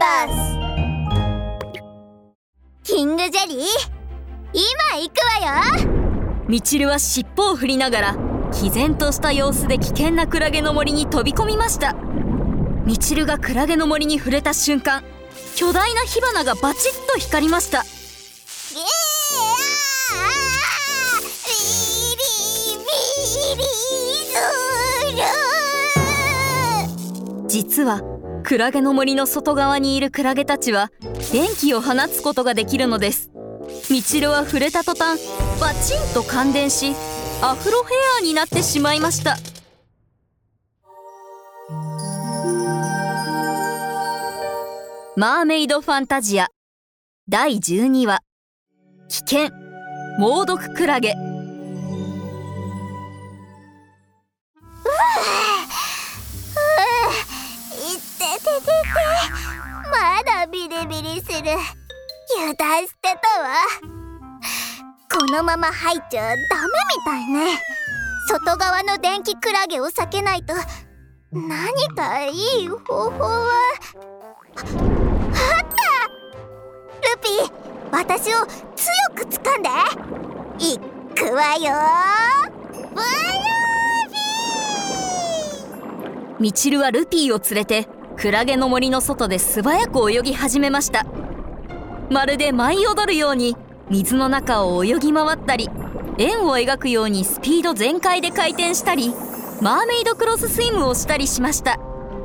バス。キングジェリー、今行くわよ。 みちるは尻尾を振りながら毅然とした様子で危険なクラゲの森に飛び込みました。みちるがクラゲの森に触れた瞬間、巨大な火花がバチッと光りました。実はクラゲの森の外側にいるクラゲたちは電気を放つことができるのです。みちるは触れた途端バチンと感電し、アフロヘアになってしまいました。マーメイドファンタジア第12話、危険猛毒クラゲ。 まだビリビリする。油断してたわ。このまま入っちゃダメみたいね。外側の電気クラゲを避けないと。何かいい方法はあった。ルピー、私を強く掴んで。いくわよ。ブみちるはルピーを連れてクラゲの森の外で素早く泳ぎ始めました。まるで舞い踊るように水の中を泳ぎ回ったり、円を描くようにスピード全開で回転したり、マーメイドクロススイムをしたりしました。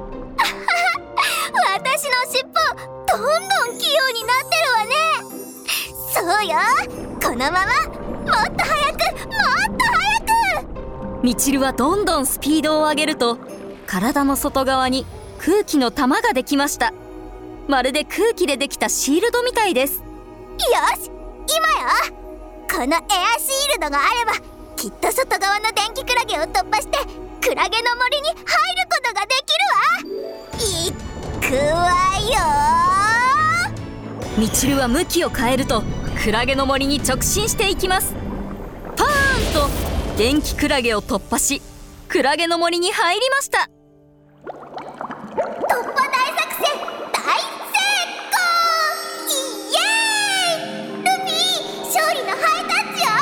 私の尻尾どんどん器用になってるわね。そうよ、このままもっと早くもっと早く。 みちるはどんどんスピードを上げると、体の外側に空気の玉ができました。まるで空気でできたシールドみたいです。 よし、今よ。このエアシールドがあればきっと外側の電気クラゲを突破してクラゲの森に入ることができるわ。行くわよ。 みちるは向きを変えるとクラゲの森に直進していきます。パーンと電気クラゲを突破し、クラゲの森に入りました。 突破大作戦大成功。イエーイ。ルピー、勝利のハイタッチよ。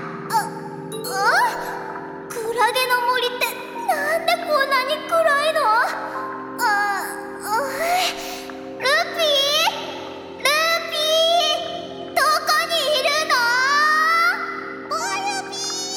クラゲの森ってなんでこんなに暗いの？ルピー、どこにいるの？ボユビ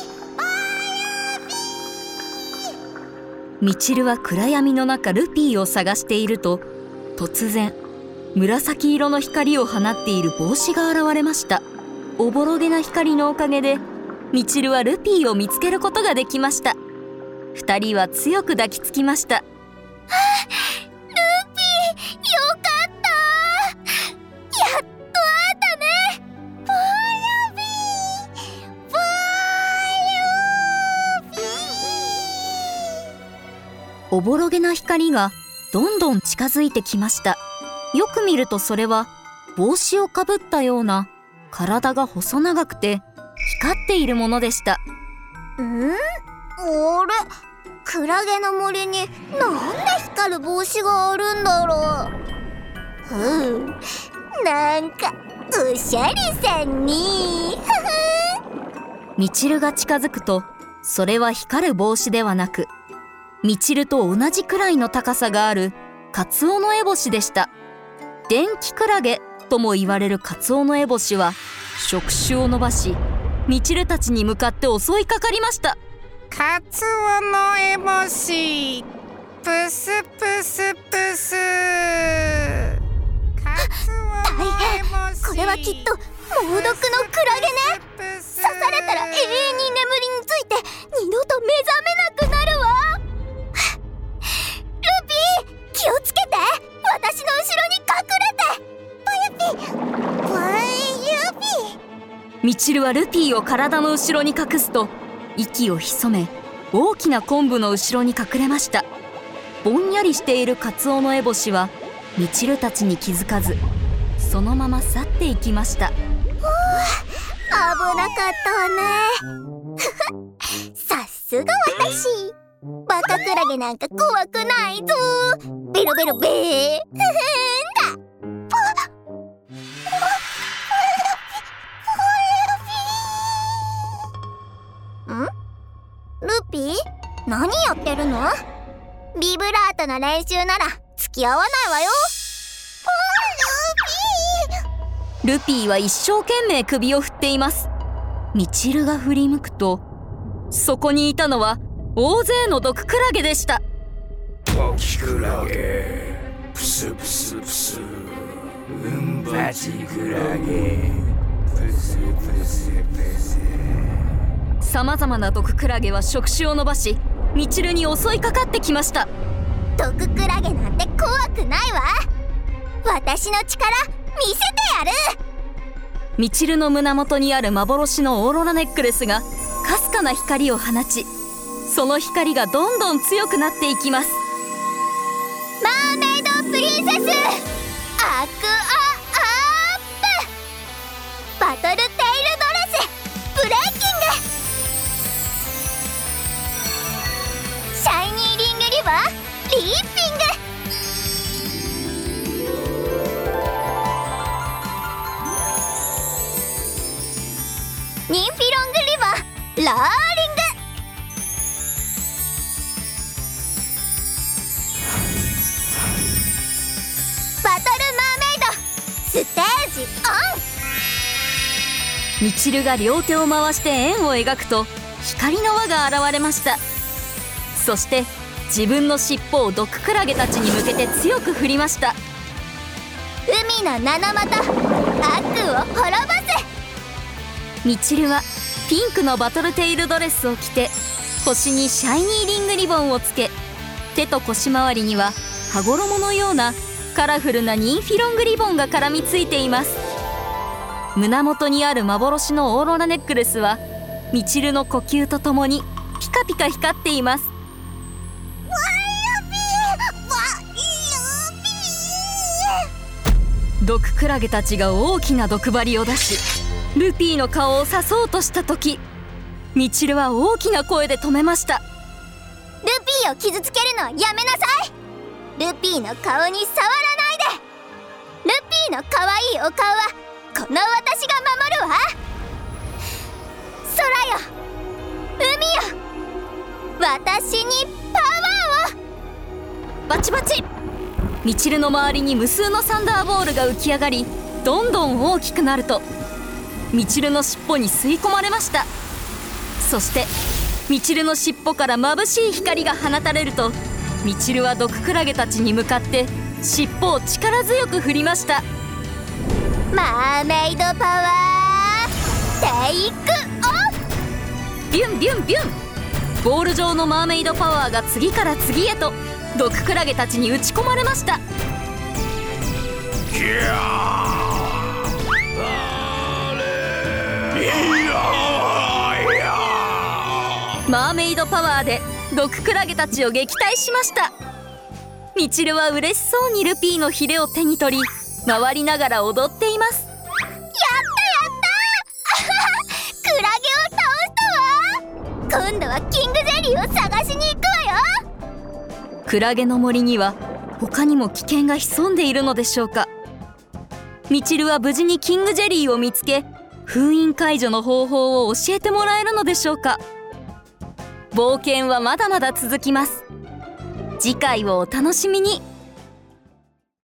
ー。 みちるは暗闇の中ルピーを探していると、突然紫色の光を放っている帽子が現れました。おぼろげな光のおかげでみちるはルピーを見つけることができました。二人は強く抱きつきました。 ルピー、よかった。やっと会えたね。ボユビー、ボユビー。 おぼろげな光がどんどん近づいてきました。よく見るとそれは帽子をかぶったような体が細長くて光っているものでした。 あれ、クラゲの森になんで光る帽子があるんだろう。なんかおしゃれさんに。 みちるが近づくと、それは光る帽子ではなく、みちると同じくらいの高さがあるカツオノエボシでした。電気クラゲとも言われるカツオノエボシは触手を伸ばし、みちるたちに向かって襲いかかりました。 カツオノエボシ、プスプスプス。 大変、これはきっと猛毒のクラゲね。刺されたら永遠に眠りについて二度と目覚めなくなるわ。ルピー、気をつけて。私の後ろに隠れて。ボユピー。 みちるはルピーを体の後ろに隠すと、息を潜め大きな昆布の後ろに隠れました。ぼんやりしているカツオノエボシはみちるたちに気づかず、そのまま去っていきました。 危なかったわね。さすが私。バカクラゲなんか怖くないぞ。ベロベロベー。だ。 ピー、何やってるの？ビブラートの練習なら付き合わないわよ。 ルピーは一生懸命首を振っています。ミチルが振り向くと、そこにいたのは大勢の毒クラゲでした。 毒クラゲ、プスプスプス、バチクラゲ、プスプスプス。 さまざまな毒クラゲは触手を伸ばし、ミチルに襲いかかってきました。 毒クラゲなんて怖くないわ。私の力見せてやる。 ミチルの胸元にある幻のオーロラネックレスがかすかな光を放ち、その光がどんどん強くなっていきます。 マーメイドプリンセスアクアアップ、バトルテイルドレスブレイキング、シャイニーリングリバーリーピング、ニンフィロングリバーラーリング、バトルマーメイドステージオン。 ミチルが両手を回して円を描くと光の輪が現れました。そして自分の尻尾を毒クラゲたちに向けて強く振りました。 海の七股悪を滅ぼせ。 ミチルはピンクのバトルテイルドレスを着て、腰にシャイニーリングリボンをつけ、手と腰回りには羽衣のようなカラフルなニンフィロングリボンが絡みついています。胸元にある幻のオーロラネックレスはミチルの呼吸とともにピカピカ光っています。毒クラゲたちが大きな毒針を出し、ルピーの顔を刺そうとした時、ミチルは大きな声で止めました。 ルピーを傷つけるのはやめなさい。ルピーの顔に触らないで。ルピーの可愛いお顔はこの私が守るわ。空よ海よ、私にパワーを。 バチバチ。ミチルの周りに無数のサンダーボールが浮き上がり、どんどん大きくなるとミチルの尻尾に吸い込まれました。そしてミチルの尻尾から眩しい光が放たれると、ミチルは毒クラゲたちに向かって尻尾を力強く振りました。 マーメイドパワーテイクオフ。 ビュンビュンビュン。ボール状のマーメイドパワーが次から次へと毒クラゲたちに打ち込まれました。マーメイドパワーで毒クラゲたちを撃退しました。ミチルは嬉しそうにルピーのヒレを手に取り、回りながら踊っています。 やったやったクラゲを倒したわ。今度はキングゼリーを探しに行くわよ。 クラゲの森には他にも危険が潜んでいるのでしょうか。ミチルは無事にキングジェリーを見つけ、封印解除の方法を教えてもらえるのでしょうか。冒険はまだまだ続きます。次回をお楽しみに。